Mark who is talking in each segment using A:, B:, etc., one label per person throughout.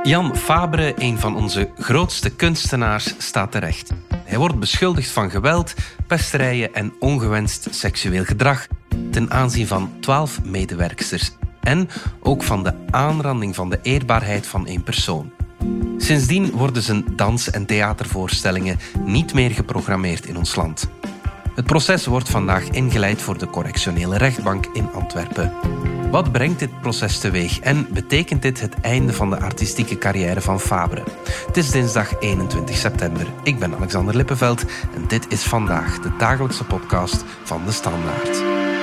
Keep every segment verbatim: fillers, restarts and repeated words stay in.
A: Jan Fabre, een van onze grootste kunstenaars, staat terecht. Hij wordt beschuldigd van geweld, pesterijen en ongewenst seksueel gedrag ten aanzien van twaalf medewerksters en ook van de aanranding van de eerbaarheid van één persoon. Sindsdien worden zijn dans- en theatervoorstellingen niet meer geprogrammeerd in ons land. Het proces wordt vandaag ingeleid voor de correctionele rechtbank in Antwerpen. Wat brengt dit proces teweeg en betekent dit het einde van de artistieke carrière van Fabre? Het is dinsdag eenentwintig september. Ik ben Alexander Lippenveld en dit is Vandaag, de dagelijkse podcast van De Standaard.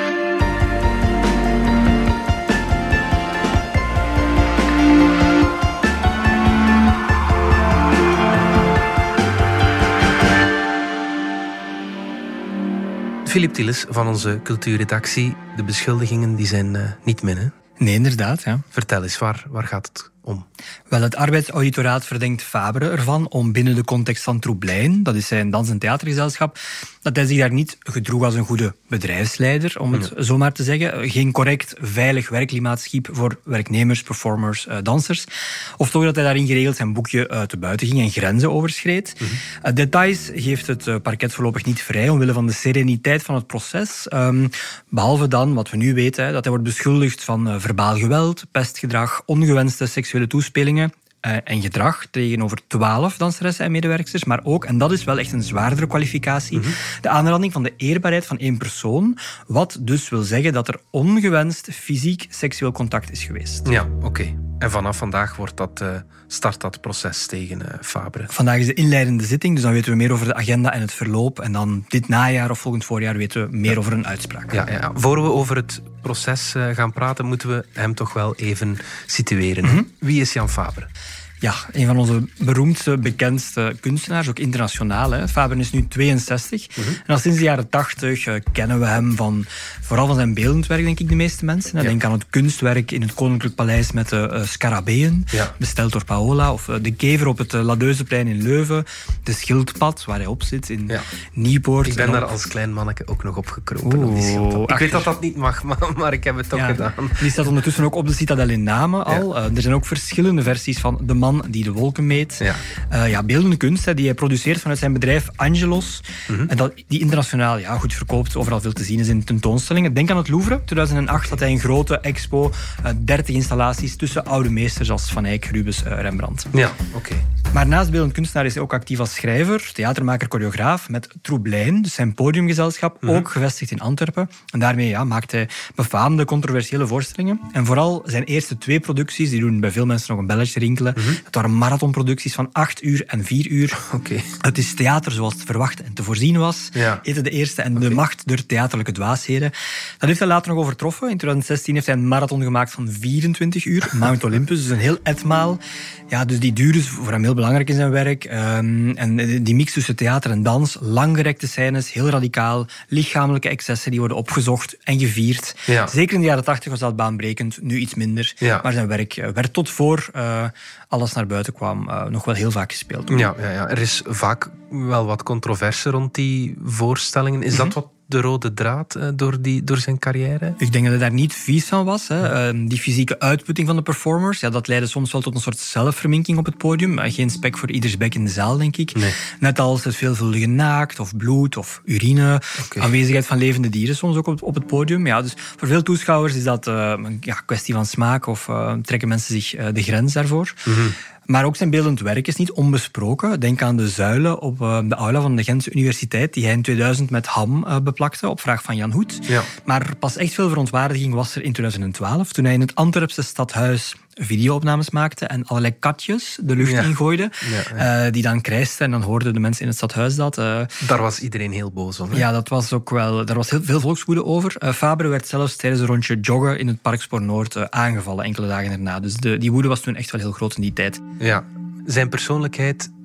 A: Filip Thilles van onze cultuurredactie. De beschuldigingen die zijn uh, niet min, hè?
B: Nee, inderdaad. Ja.
A: Vertel eens, waar, waar gaat het om?
B: Wel, het arbeidsauditoraat verdenkt Fabre ervan om binnen de context van Troublijn, dat is zijn dans- en theatergezelschap, dat hij zich daar niet gedroeg als een goede bedrijfsleider, om het ja. zo maar te zeggen. Geen correct, veilig werkklimaat schiep voor werknemers, performers, uh, dansers. Of toch dat hij daarin geregeld zijn boekje uh, te buiten ging en grenzen overschreed. Mm-hmm. Uh, details geeft het uh, parket voorlopig niet vrij, omwille van de sereniteit van het proces. Um, behalve dan, wat we nu weten, hè, dat hij wordt beschuldigd van uh, verbaal geweld, pestgedrag, ongewenste seksuele toespelingen uh, en gedrag tegenover twaalf danseressen en medewerksters, maar ook, en dat is wel echt een zwaardere kwalificatie, mm-hmm. de aanranding van de eerbaarheid van één persoon, wat dus wil zeggen dat er ongewenst fysiek seksueel contact is geweest.
A: Ja, oké. Okay. En vanaf vandaag wordt dat, uh, start dat proces tegen uh, Fabre.
B: Vandaag is de inleidende zitting, dus dan weten we meer over de agenda en het verloop. En dan dit najaar of volgend voorjaar weten we meer ja. over een uitspraak.
A: Ja, ja, ja. Voor we over het proces uh, gaan praten, moeten we hem toch wel even situeren. Mm-hmm. Wie is Jan Fabre?
B: Ja, een van onze beroemdste, bekendste kunstenaars, ook internationaal. Hè. Fabre is nu tweeënzestig. Mm-hmm. En al sinds de jaren tachtig uh, kennen we hem van, vooral van zijn beeldend werk, denk ik, de meeste mensen. Ja. Denk aan het kunstwerk in het Koninklijk Paleis met de uh, scarabeeën, ja. besteld door Paola. Of uh, de kever op het uh, Ladeuzeplein in Leuven. De schildpad, waar hij op zit, in ja. Nieuwpoort.
A: Ik ben daar als klein manneke ook nog op gekropen. Oeh, op die schildpad. Ik weet dat dat niet mag, maar, maar ik heb het toch ja. gedaan.
B: Die staat ondertussen ook op de Citadel in Namen al. Ja. Uh, er zijn ook verschillende versies van de man die de wolken meet. Ja. Uh, ja, beeldende kunst hè, die hij produceert vanuit zijn bedrijf Angelos. Mm-hmm. En dat, die internationaal ja, goed verkoopt, overal veel te zien is in tentoonstellingen. Denk aan het Louvre. tweeduizend acht had hij een grote expo, uh, dertig installaties tussen oude meesters als Van Eyck, Rubens, uh, Rembrandt.
A: Ja, oké. Okay.
B: Maar naast beeldend kunstenaar is hij ook actief als schrijver, theatermaker, choreograaf met Troublijn, dus zijn podiumgezelschap, mm-hmm. ook gevestigd in Antwerpen. En daarmee ja, maakt hij befaamde, controversiële voorstellingen. En vooral zijn eerste twee producties, die doen bij veel mensen nog een belletje rinkelen. Mm-hmm. Het waren marathonproducties van acht uur en vier uur.
A: Okay.
B: Het is theater zoals te verwachten en te voorzien was. Ja. Eten de eerste en okay. de macht der theaterlijke dwaasheden. Dat heeft hij later nog overtroffen. In twintig zestien heeft hij een marathon gemaakt van vierentwintig uur. Mount Olympus, dus een heel etmaal. Ja, dus die duur is voor hem heel belangrijk in zijn werk. Um, en die mix tussen theater en dans, langgerekte scènes, heel radicaal, lichamelijke excessen die worden opgezocht en gevierd. Ja. Zeker in de jaren tachtig was dat baanbrekend, nu iets minder. Ja. Maar zijn werk werd tot voor uh, alles naar buiten kwam uh, nog wel heel vaak gespeeld.
A: Ja, ja, ja, er is vaak wel wat controverse rond die voorstellingen. Is mm-hmm. dat wat de rode draad uh, door, die, door zijn carrière?
B: Ik denk dat hij daar niet vies van was. Hè. Uh, die fysieke uitputting van de performers, ja, dat leidde soms wel tot een soort zelfverminking op het podium. Uh, geen spek voor ieders bek in de zaal, denk ik. Nee. Net als het veelvuldige naakt of bloed of urine. Okay. Aanwezigheid van levende dieren soms ook op, op het podium. Ja, dus voor veel toeschouwers is dat uh, een ja, kwestie van smaak of uh, trekken mensen zich uh, de grens daarvoor. Mm-hmm. Maar ook zijn beeldend werk is niet onbesproken. Denk aan de zuilen op uh, de aula van de Gentse Universiteit, die hij in tweeduizend met ham uh, beplakte, op vraag van Jan Hoed. Ja. Maar pas echt veel verontwaardiging was er in tweeduizend twaalf, toen hij in het Antwerpse stadhuis videoopnames maakte en allerlei katjes de lucht ja. ingooide, ja, ja. Uh, die dan krijsten en dan hoorden de mensen in het stadhuis dat. Uh,
A: daar was iedereen heel boos om. Hè?
B: Ja, dat was ook wel, daar was heel veel volkswoede over. Uh, Fabre werd zelfs tijdens een rondje joggen in het Parkspoor Noord uh, aangevallen, enkele dagen daarna. Dus de, die woede was toen echt wel heel groot in die tijd.
A: Ja, zijn persoonlijkheid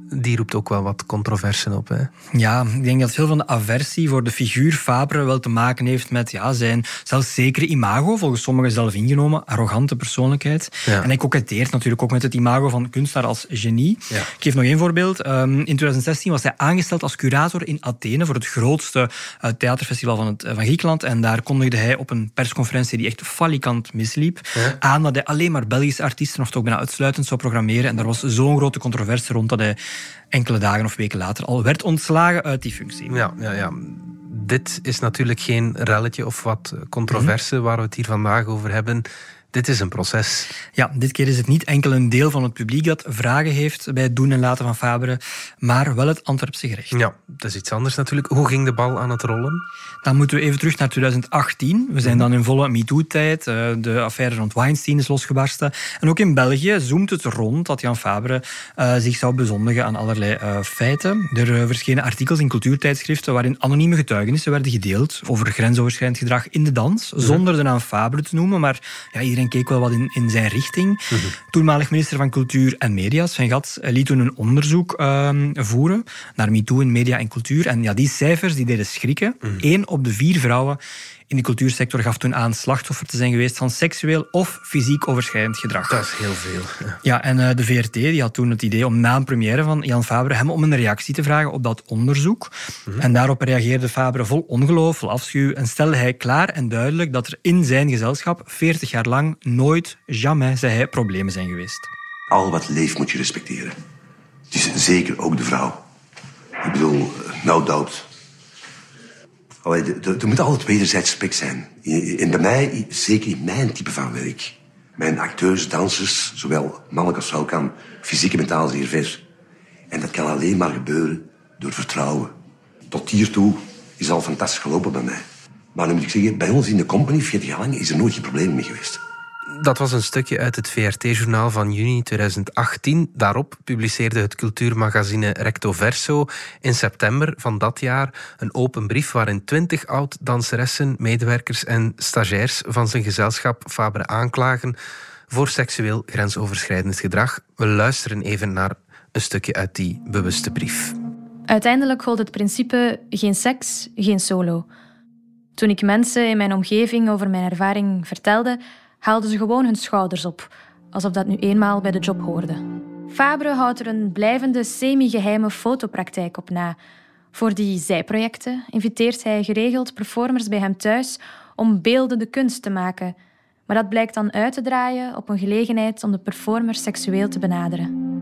A: die roept ook wel wat controversen op. Hè?
B: Ja, ik denk dat veel van de aversie voor de figuur Fabre wel te maken heeft met ja, zijn zelfzekere imago, volgens sommigen zelf ingenomen, arrogante persoonlijkheid. Ja. En hij koketteert natuurlijk ook met het imago van kunstenaar als genie. Ja. Ik geef nog één voorbeeld. Um, in twintig zestien was hij aangesteld als curator in Athene voor het grootste uh, theaterfestival van, het, uh, van Griekenland. En daar kondigde hij op een persconferentie die echt falikant misliep, ja. aan dat hij alleen maar Belgische artiesten of toch bijna uitsluitend zou programmeren. En daar was zo'n grote controverse rond dat hij enkele dagen of weken later al werd ontslagen uit die functie.
A: Ja, ja, ja. Dit is natuurlijk geen relletje of wat controverse mm-hmm. waar we het hier vandaag over hebben. Dit is een proces.
B: Ja, dit keer is het niet enkel een deel van het publiek dat vragen heeft bij het doen en laten van Fabre, maar wel het Antwerpse gerecht.
A: Ja, dat is iets anders natuurlijk. Hoe ging de bal aan het rollen?
B: Dan moeten we even terug naar twintig achttien. We zijn dan in volle MeToo-tijd. De affaire rond Weinstein is losgebarsten. En ook in België zoomt het rond dat Jan Fabre uh, zich zou bezondigen aan allerlei uh, feiten. Er uh, verschenen artikels in cultuurtijdschriften waarin anonieme getuigenissen werden gedeeld over grensoverschrijdend gedrag in de dans, mm-hmm. zonder de naam Fabre te noemen, maar ja, iedereen keek wel wat in, in zijn richting. Mm-hmm. Toenmalig minister van Cultuur en Media, Sven Gat, liet toen een onderzoek uh, voeren naar MeToo in media en cultuur. En ja, die cijfers die deden schrikken. Mm-hmm. Eén op de vier vrouwen in de cultuursector gaf toen aan slachtoffer te zijn geweest van seksueel of fysiek overschrijdend gedrag.
A: Dat is heel veel.
B: Ja, ja en uh, de V R T die had toen het idee om na een première van Jan Fabre hem om een reactie te vragen op dat onderzoek. Mm-hmm. En daarop reageerde Fabre vol ongeloof, vol afschuw en stelde hij klaar en duidelijk dat er in zijn gezelschap veertig jaar lang nooit, jamais, zei hij, problemen zijn geweest.
C: Al wat leeft moet je respecteren. Het is zeker ook de vrouw. Ik bedoel, no doubt. Er moet altijd wederzijds respect zijn. En bij mij, zeker in mijn type van werk. Mijn acteurs, dansers, zowel mannelijk als vrouw, kan fysiek en mentaal zeer ver. En dat kan alleen maar gebeuren door vertrouwen. Tot hiertoe is al fantastisch gelopen bij mij. Maar nu moet ik zeggen, bij ons in de company, veertig jaar lang, is er nooit geen probleem mee geweest.
A: Dat was een stukje uit het V R T-journaal van juni twintig achttien. Daarop publiceerde het cultuurmagazine Recto Verso in september van dat jaar een open brief waarin twintig oud-danseressen, medewerkers en stagiairs van zijn gezelschap Fabre aanklagen voor seksueel grensoverschrijdend gedrag. We luisteren even naar een stukje uit die bewuste brief.
D: Uiteindelijk gold het principe geen seks, geen solo. Toen ik mensen in mijn omgeving over mijn ervaring vertelde, haalden ze gewoon hun schouders op, alsof dat nu eenmaal bij de job hoorde. Fabre houdt er een blijvende semi-geheime fotopraktijk op na. Voor die zijprojecten inviteert hij geregeld performers bij hem thuis om beeldende kunst te maken. Maar dat blijkt dan uit te draaien op een gelegenheid om de performer seksueel te benaderen.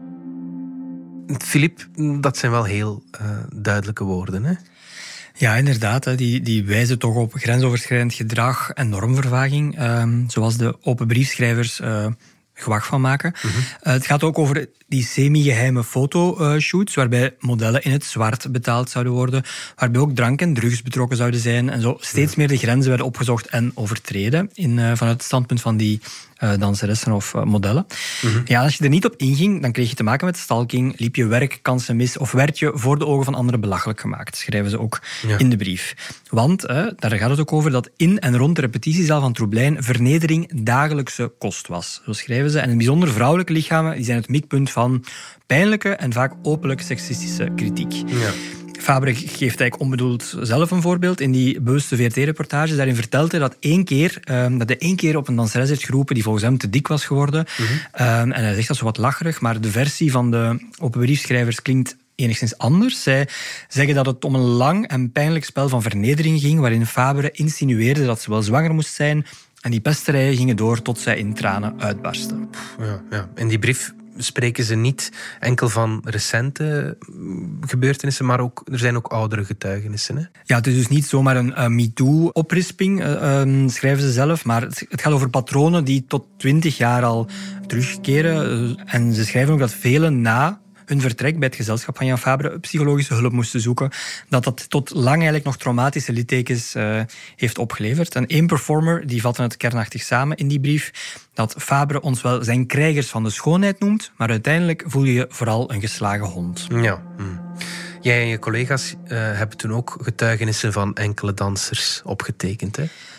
A: Philippe, dat zijn wel heel uh, duidelijke woorden, hè?
B: Ja, inderdaad. Die, die wijzen toch op grensoverschrijdend gedrag en normvervaging, um, zoals de open briefschrijvers uh, gewag van maken. Mm-hmm. Uh, het gaat ook over die semi-geheime fotoshoots, waarbij modellen in het zwart betaald zouden worden, waarbij ook drank en drugs betrokken zouden zijn en zo steeds meer de grenzen werden opgezocht en overtreden in, uh, vanuit het standpunt van die uh, danseressen of uh, modellen. Mm-hmm. Ja, als je er niet op inging, dan kreeg je te maken met stalking, liep je werkkansen mis of werd je voor de ogen van anderen belachelijk gemaakt, schrijven ze ook ja. in de brief. Want, uh, daar gaat het ook over dat in en rond de repetitiezaal van Troublein vernedering dagelijkse kost was. Zo schrijven ze. En in bijzonder vrouwelijke lichamen die zijn het mikpunt van pijnlijke en vaak openlijk seksistische kritiek. Ja. Fabre geeft eigenlijk onbedoeld zelf een voorbeeld. In die bewuste V R T-reportage, daarin vertelt hij dat, één keer, um, dat hij één keer op een danseres heeft geroepen die volgens hem te dik was geworden. Mm-hmm. Um, en hij zegt dat zo wat lacherig, maar de versie van de open briefschrijvers klinkt enigszins anders. Zij zeggen dat het om een lang en pijnlijk spel van vernedering ging, waarin Fabre insinueerde dat ze wel zwanger moest zijn. En die pesterijen gingen door tot zij in tranen uitbarsten.
A: Ja, ja. In die brief spreken ze niet enkel van recente gebeurtenissen, maar ook, er zijn ook oudere getuigenissen. Hè?
B: Ja, het is dus niet zomaar een uh, MeToo-oprisping, uh, um, schrijven ze zelf, maar het, het gaat over patronen die tot twintig jaar al terugkeren. Uh, en ze schrijven ook dat velen na hun vertrek bij het gezelschap van Jan Fabre psychologische hulp moesten zoeken, dat dat tot lang eigenlijk nog traumatische littekens uh, heeft opgeleverd. En één performer die vatte het kernachtig samen in die brief, dat Fabre ons wel zijn krijgers van de schoonheid noemt, maar uiteindelijk voel je je vooral een geslagen hond.
A: Ja. Hm. Jij en je collega's uh, hebben toen ook getuigenissen van enkele dansers opgetekend, hè?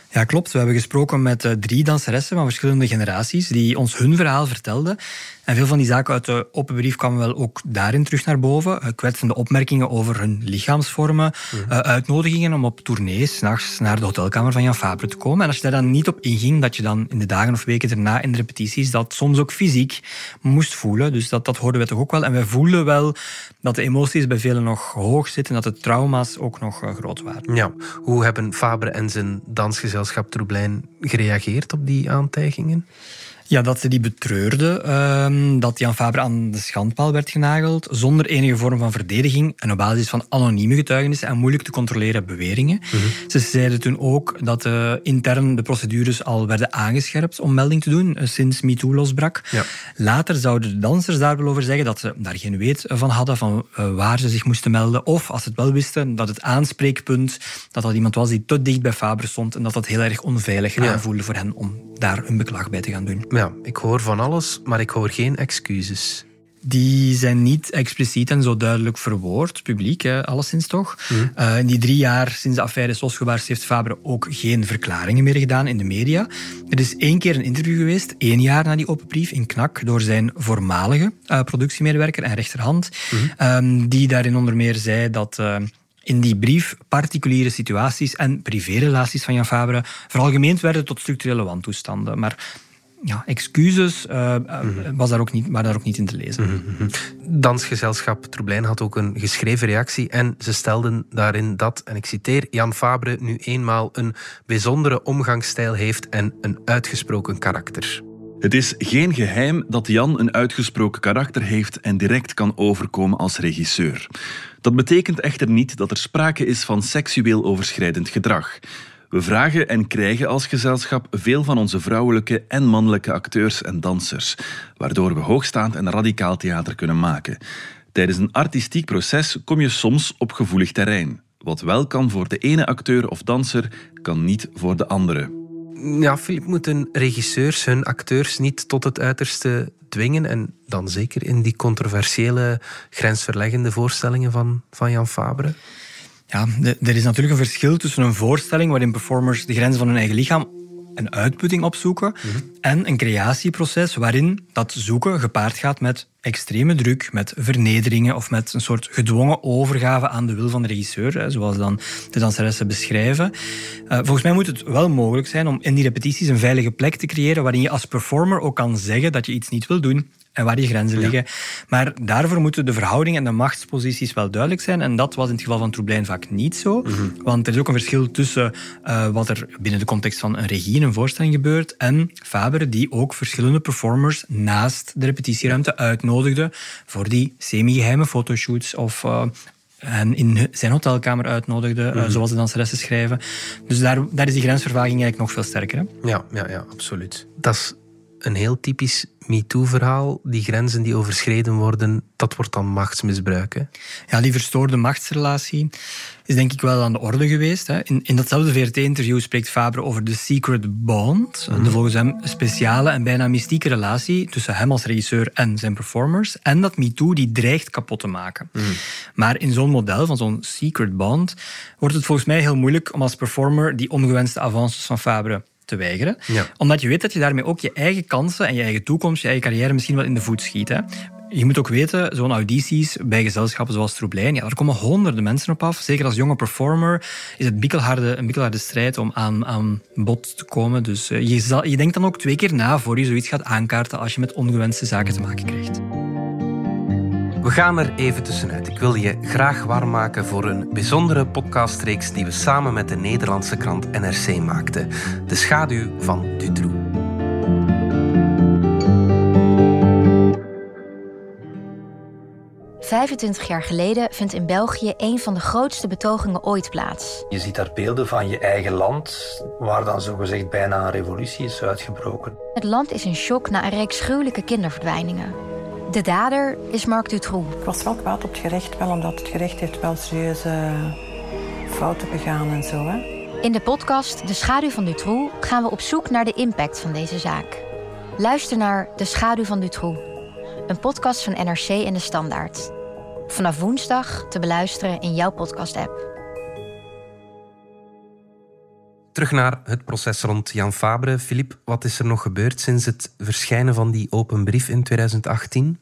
B: Ja, klopt. We hebben gesproken met uh, drie danseressen van verschillende generaties die ons hun verhaal vertelden. En veel van die zaken uit de open brief kwamen wel ook daarin terug naar boven. Uh, kwetsende opmerkingen over hun lichaamsvormen, mm. uh, uitnodigingen om op tournee 's nachts naar de hotelkamer van Jan Fabre te komen. En als je daar dan niet op inging, dat je dan in de dagen of weken daarna in de repetities dat soms ook fysiek moest voelen. Dus dat, dat hoorden we toch ook wel. En wij voelden wel dat de emoties bij velen nog hoog zitten en dat de trauma's ook nog uh, groot waren.
A: Ja, hoe hebben Fabre en zijn dansgezelschap Troublijn gereageerd op die aantijgingen?
B: Ja, dat ze die betreurde, uh, dat Jan Fabre aan de schandpaal werd genageld, zonder enige vorm van verdediging en op basis van anonieme getuigenissen en moeilijk te controleren beweringen. Mm-hmm. Ze zeiden toen ook dat uh, intern de procedures al werden aangescherpt om melding te doen, uh, sinds MeToo losbrak. Ja. Later zouden de dansers daar wel over zeggen dat ze daar geen weet van hadden, van uh, waar ze zich moesten melden. Of, als ze het wel wisten, dat het aanspreekpunt, dat dat iemand was die te dicht bij Fabre stond en dat dat heel erg onveilig ja. aanvoelde voor hen om daar een beklag bij te gaan doen.
A: Ja, ik hoor van alles, maar ik hoor geen excuses.
B: Die zijn niet expliciet en zo duidelijk verwoord, publiek, hè, alleszins toch. Mm. Uh, in die drie jaar sinds de affaire Sosgebaars heeft Fabre ook geen verklaringen meer gedaan in de media. Er is één keer een interview geweest, één jaar na die open brief, in Knak, door zijn voormalige uh, productiemedewerker en rechterhand, mm. um, die daarin onder meer zei dat Uh, in die brief particuliere situaties en privérelaties van Jan Fabre veralgemeend werden tot structurele wantoestanden. Maar ja, excuses uh, mm-hmm. was daar ook niet, waren daar ook niet in te lezen.
A: Mm-hmm. Dansgezelschap Troublijn had ook een geschreven reactie en ze stelden daarin dat, en ik citeer, Jan Fabre nu eenmaal een bijzondere omgangsstijl heeft en een uitgesproken karakter.
E: Het is geen geheim dat Jan een uitgesproken karakter heeft en direct kan overkomen als regisseur. Dat betekent echter niet dat er sprake is van seksueel overschrijdend gedrag. We vragen en krijgen als gezelschap veel van onze vrouwelijke en mannelijke acteurs en dansers, waardoor we hoogstaand en radicaal theater kunnen maken. Tijdens een artistiek proces kom je soms op gevoelig terrein. Wat wel kan voor de ene acteur of danser, kan niet voor de andere.
A: Ja, Filip, moeten regisseurs hun acteurs niet tot het uiterste dwingen? En dan zeker in die controversiële, grensverleggende voorstellingen van, van Jan Fabre?
B: Ja, de, er is natuurlijk een verschil tussen een voorstelling waarin performers de grenzen van hun eigen lichaam een uitputting opzoeken mm-hmm. en een creatieproces waarin dat zoeken gepaard gaat met extreme druk, met vernederingen of met een soort gedwongen overgave aan de wil van de regisseur, zoals dan de danseressen beschrijven. Uh, volgens mij moet het wel mogelijk zijn om in die repetities een veilige plek te creëren waarin je als performer ook kan zeggen dat je iets niet wil doen en waar die grenzen liggen. Ja. Maar daarvoor moeten de verhoudingen en de machtsposities wel duidelijk zijn. En dat was in het geval van Troublijn vaak niet zo. Mm-hmm. Want er is ook een verschil tussen uh, wat er binnen de context van een regie in een voorstelling gebeurt en Fabre, die ook verschillende performers naast de repetitieruimte uitnodigde voor die semi-geheime fotoshoots of Uh, en in zijn hotelkamer uitnodigde, mm-hmm. uh, zoals de danseressen schrijven. Dus daar, daar is die grensvervaging eigenlijk nog veel sterker. Hè?
A: Ja, ja, ja, absoluut. Dat is een heel typisch MeToo-verhaal. Die grenzen die overschreden worden, dat wordt dan machtsmisbruik. Hè?
B: Ja, die verstoorde machtsrelatie is denk ik wel aan de orde geweest. Hè. In, in datzelfde V R T-interview spreekt Fabre over de secret bond. Mm-hmm. De volgens hem speciale en bijna mystieke relatie tussen hem als regisseur en zijn performers. En dat MeToo die dreigt kapot te maken. Mm-hmm. Maar in zo'n model van zo'n secret bond wordt het volgens mij heel moeilijk om als performer die ongewenste avances van Fabre te weigeren. Ja. Omdat je weet dat je daarmee ook je eigen kansen en je eigen toekomst, je eigen carrière misschien wel in de voet schiet. Hè. Je moet ook weten, zo'n audities bij gezelschappen zoals Troublijn, ja, daar komen honderden mensen op af. Zeker als jonge performer is het bikkelharde, een bikkelharde strijd om aan, aan bod te komen. Dus uh, je, zal, je denkt dan ook twee keer na voor je zoiets gaat aankaarten als je met ongewenste zaken te maken krijgt.
A: We gaan er even tussenuit. Ik wil je graag warm maken voor een bijzondere podcastreeks die we samen met de Nederlandse krant N R C maakten. De schaduw van Dutroux.
F: vijfentwintig jaar geleden vindt in België een van de grootste betogingen ooit plaats.
G: Je ziet daar beelden van je eigen land, waar dan zogezegd bijna een revolutie is uitgebroken.
F: Het land is in shock na een reeks gruwelijke kinderverdwijningen. De dader is Marc Dutroux.
H: Ik was wel kwaad op het gerecht, wel omdat het gerecht heeft wel serieuze fouten begaan en zo. Hè?
F: In de podcast De Schaduw van Dutroux gaan we op zoek naar de impact van deze zaak. Luister naar De Schaduw van Dutroux, een podcast van N R C en De Standaard. Vanaf woensdag te beluisteren in jouw podcast-app.
A: terug naar het proces rond Jan Fabre. Philippe, wat is er nog gebeurd sinds het verschijnen van die open brief in twintig achttien?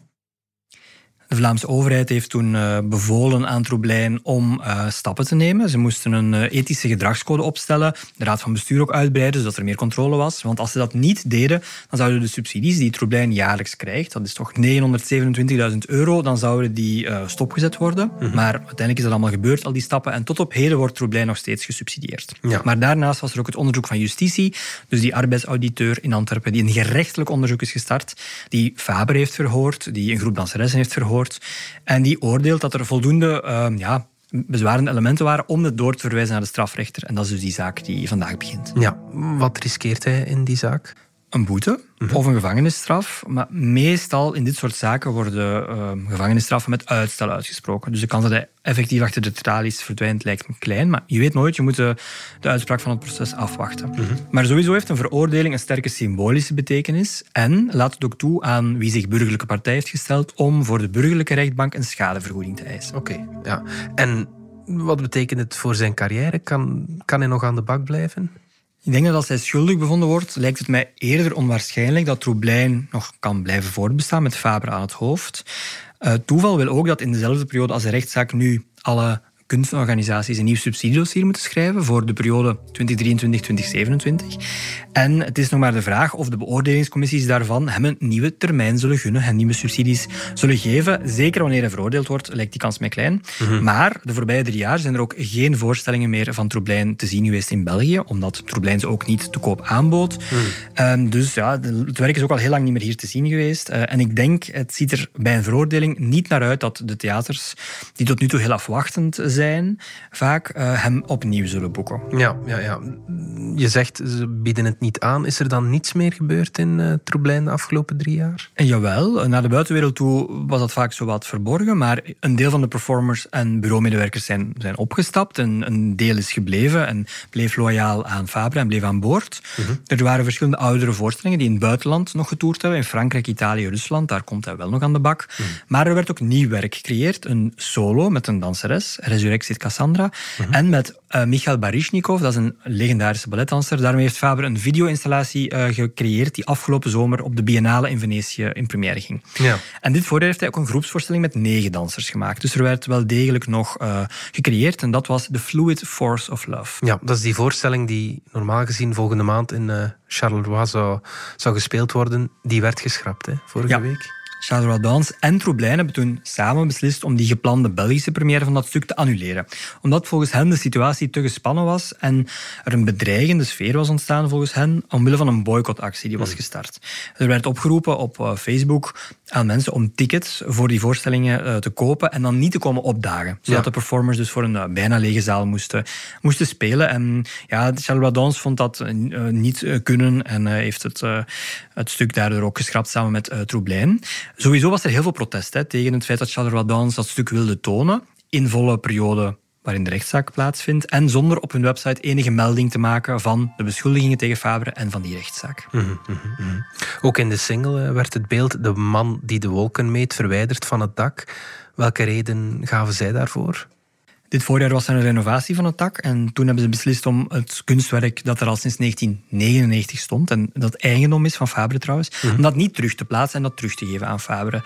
B: De Vlaamse overheid heeft toen uh, bevolen aan Troublijn om uh, stappen te nemen. Ze moesten een uh, ethische gedragscode opstellen, de raad van bestuur ook uitbreiden, zodat er meer controle was. Want als ze dat niet deden, dan zouden de subsidies die Troublijn jaarlijks krijgt, dat is toch negenhonderdzevenentwintigduizend euro, dan zouden die uh, stopgezet worden. Mm-hmm. Maar uiteindelijk is dat allemaal gebeurd, al die stappen. En tot op heden wordt Troublijn nog steeds gesubsidieerd. Ja. Maar daarnaast was er ook het onderzoek van justitie, dus die arbeidsauditeur in Antwerpen, die een gerechtelijk onderzoek is gestart, die Fabre heeft verhoord, die een groep danseressen heeft verhoord. En die oordeelt dat er voldoende uh, ja, bezwarende elementen waren om het door te verwijzen naar de strafrechter. En dat is dus die zaak die vandaag begint.
A: Ja, wat riskeert hij in die zaak?
B: Een boete mm-hmm. of een gevangenisstraf. Maar meestal in dit soort zaken worden uh, gevangenisstraffen met uitstel uitgesproken. Dus de kans dat hij effectief achter de tralies verdwijnt lijkt me klein. Maar je weet nooit, je moet de, de uitspraak van het proces afwachten. Mm-hmm. Maar sowieso heeft een veroordeling een sterke symbolische betekenis. En laat het ook toe aan wie zich burgerlijke partij heeft gesteld om voor de burgerlijke rechtbank een schadevergoeding te eisen.
A: Oké, okay, ja. En wat betekent het voor zijn carrière? Kan, kan hij nog aan de bak blijven?
B: Ik denk dat als hij schuldig bevonden wordt, lijkt het mij eerder onwaarschijnlijk dat Troublijn nog kan blijven voortbestaan met Fabre aan het hoofd. Uh, toeval wil ook dat in dezelfde periode als de rechtszaak nu alle kunstorganisaties een nieuw subsidiedossier moeten schrijven voor de periode twintig drieëntwintig tot twintig zevenentwintig. En het is nog maar de vraag of de beoordelingscommissies daarvan hem een nieuwe termijn zullen gunnen en nieuwe subsidies zullen geven. Zeker wanneer hij veroordeeld wordt, lijkt die kans mij klein. Mm-hmm. Maar de voorbije drie jaar zijn er ook geen voorstellingen meer van Troublijn te zien geweest in België, omdat Troublijn ze ook niet te koop aanbood. Mm. Um, dus ja, het werk is ook al heel lang niet meer hier te zien geweest. Uh, en ik denk, het ziet er bij een veroordeling niet naar uit dat de theaters, die tot nu toe heel afwachtend zijn, vaak uh, hem opnieuw zullen boeken.
A: Ja, ja, ja. Je zegt, ze bieden het niet aan. Is er dan niets meer gebeurd in uh, Troublijn de afgelopen drie jaar?
B: En jawel, naar de buitenwereld toe was dat vaak zo wat verborgen, maar een deel van de performers en bureaumedewerkers zijn, zijn opgestapt en een deel is gebleven en bleef loyaal aan Fabre en bleef aan boord. Mm-hmm. Er waren verschillende oudere voorstellingen die in het buitenland nog getoerd hebben, in Frankrijk, Italië, Rusland, daar komt hij wel nog aan de bak. Mm. Maar er werd ook nieuw werk gecreëerd, een solo met een danseres, Resurrectie Cassandra, mm-hmm. en met uh, Michail Baryshnikov, dat is een legendarische balletdanser. Daarmee heeft Fabre een video-installatie uh, gecreëerd die afgelopen zomer op de Biennale in Venetië in première ging. Ja. En dit voorjaar heeft hij ook een groepsvoorstelling met negen dansers gemaakt. Dus er werd wel degelijk nog uh, gecreëerd en dat was The Fluid Force of Love.
A: Ja, dat is die voorstelling die normaal gezien volgende maand in uh, Charleroi zou, zou gespeeld worden. Die werd geschrapt, hè, vorige
B: ja.
A: week.
B: Charleroi Dans en Troublijn hebben toen samen beslist om die geplande Belgische première van dat stuk te annuleren. Omdat volgens hen de situatie te gespannen was en er een bedreigende sfeer was ontstaan volgens hen omwille van een boycottactie die was gestart. Er werd opgeroepen op uh, Facebook aan mensen om tickets voor die voorstellingen uh, te kopen en dan niet te komen opdagen. Zodat ja. de performers dus voor een uh, bijna lege zaal moesten, moesten spelen. En ja, Charleroi Dans vond dat uh, niet uh, kunnen en uh, heeft het, uh, het stuk daardoor ook geschrapt samen met uh, Troublijn. Sowieso was er heel veel protest hè, tegen het feit dat Charleroi Dans dat stuk wilde tonen in volle periode waarin de rechtszaak plaatsvindt en zonder op hun website enige melding te maken van de beschuldigingen tegen Fabre en van die rechtszaak.
A: Mm-hmm, mm-hmm. Ook in de single werd het beeld De man die de wolken meet verwijderd van het dak. Welke reden gaven zij daarvoor?
B: Dit voorjaar was er een renovatie van het dak en toen hebben ze beslist om het kunstwerk dat er al sinds negentien negenennegentig stond en dat eigendom is van Fabre trouwens, mm-hmm. om dat niet terug te plaatsen en dat terug te geven aan Fabre.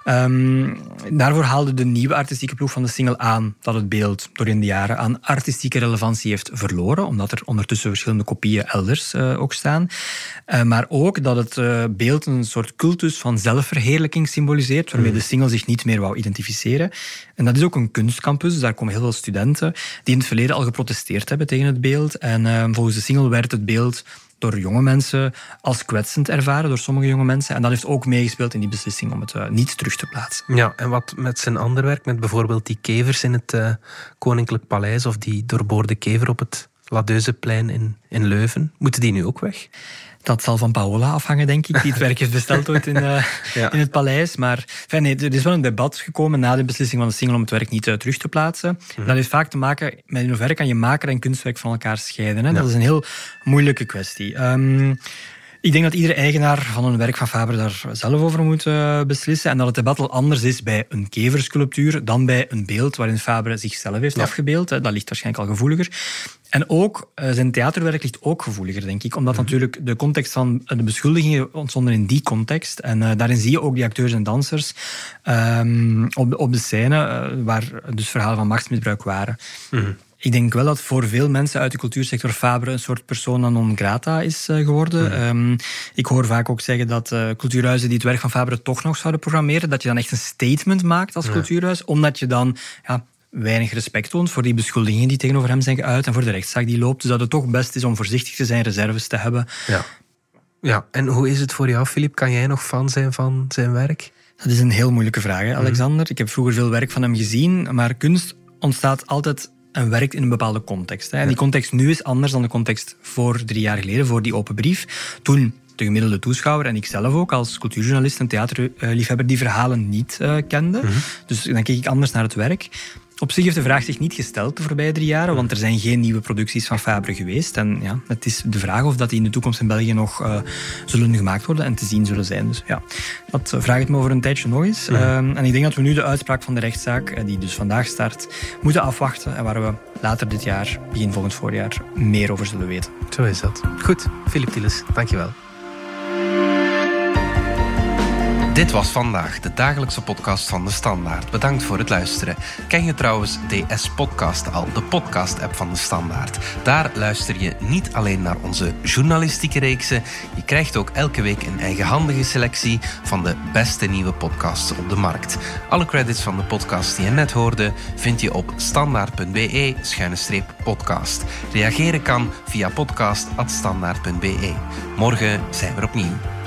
B: Um, daarvoor haalde de nieuwe artistieke ploeg van de single aan dat het beeld door in de jaren aan artistieke relevantie heeft verloren, omdat er ondertussen verschillende kopieën elders uh, ook staan. Uh, maar ook dat het uh, beeld een soort cultus van zelfverheerlijking symboliseert, waarmee mm-hmm. de single zich niet meer wou identificeren. En dat is ook een kunstcampus, dus daar komen heel veel studenten die in het verleden al geprotesteerd hebben tegen het beeld. En uh, volgens de single werd het beeld door jonge mensen als kwetsend ervaren, door sommige jonge mensen. En dat heeft ook meegespeeld in die beslissing om het uh, niet terug te plaatsen.
A: Ja, en wat met zijn ander werk, met bijvoorbeeld die kevers in het uh, Koninklijk Paleis of die doorboorde kever op het Ladeuzeplein in, in Leuven, moeten die nu ook weg?
B: Dat zal van Paola afhangen, denk ik, die het werk heeft besteld ooit in, uh, ja. in het paleis. Maar enfin, nee, er is wel een debat gekomen na de beslissing van de single om het werk niet uh, terug te plaatsen. Mm-hmm. Dat heeft vaak te maken met in hoeverre kan je maker en kunstwerk van elkaar scheiden. Hè? Ja. Dat is een heel moeilijke kwestie. Um, Ik denk dat iedere eigenaar van een werk van Faber daar zelf over moet uh, beslissen. En dat het debat al anders is bij een keversculptuur dan bij een beeld waarin Faber zichzelf heeft ja. afgebeeld. Dat ligt waarschijnlijk al gevoeliger. En ook, uh, zijn theaterwerk ligt ook gevoeliger, denk ik. Omdat mm-hmm. natuurlijk de context van de beschuldigingen ontstonden in die context. En uh, daarin zie je ook die acteurs en dansers um, op, op de scène, uh, waar dus verhalen van machtsmisbruik waren. Mm-hmm. Ik denk wel dat voor veel mensen uit de cultuursector Faber een soort persona non grata is uh, geworden. Mm. Um, ik hoor vaak ook zeggen dat uh, cultuurhuizen die het werk van Faber toch nog zouden programmeren, dat je dan echt een statement maakt als ja. cultuurhuis, omdat je dan ja, weinig respect toont voor die beschuldigingen die tegenover hem zijn geuit en voor de rechtszaak die loopt. Dus dat het toch best is om voorzichtig te zijn, reserves te hebben.
A: Ja. Ja, en hoe is het voor jou, Filip? Kan jij nog fan zijn van zijn werk?
B: Dat is een heel moeilijke vraag, hè, Alexander. Mm. Ik heb vroeger veel werk van hem gezien, maar kunst ontstaat altijd en werkt in een bepaalde context. Hè. En die context nu is anders dan de context voor drie jaar geleden, voor die open brief. Toen de gemiddelde toeschouwer en ik zelf ook als cultuurjournalist en theaterliefhebber die verhalen niet uh, kende. Mm-hmm. Dus dan keek ik anders naar het werk. Op zich heeft de vraag zich niet gesteld de voorbije drie jaren, want er zijn geen nieuwe producties van Faber geweest. En ja, het is de vraag of dat die in de toekomst in België nog uh, zullen gemaakt worden en te zien zullen zijn. Dus ja, dat vraag ik me over een tijdje nog eens. Ja. Um, en ik denk dat we nu de uitspraak van de rechtszaak, die dus vandaag start, moeten afwachten en waar we later dit jaar, begin volgend voorjaar, meer over zullen weten.
A: Zo is dat. Goed, Filip Tielens, dankjewel. Dit was vandaag de dagelijkse podcast van De Standaard. Bedankt voor het luisteren. Ken je trouwens D S Podcast al, de podcast-app van De Standaard? Daar luister je niet alleen naar onze journalistieke reeksen. Je krijgt ook elke week een eigenhandige selectie van de beste nieuwe podcasts op de markt. Alle credits van de podcast die je net hoorde vind je op standaard.be schuine streep podcast. Reageren kan via podcast apenstaartje standaard punt be. Morgen zijn we er opnieuw.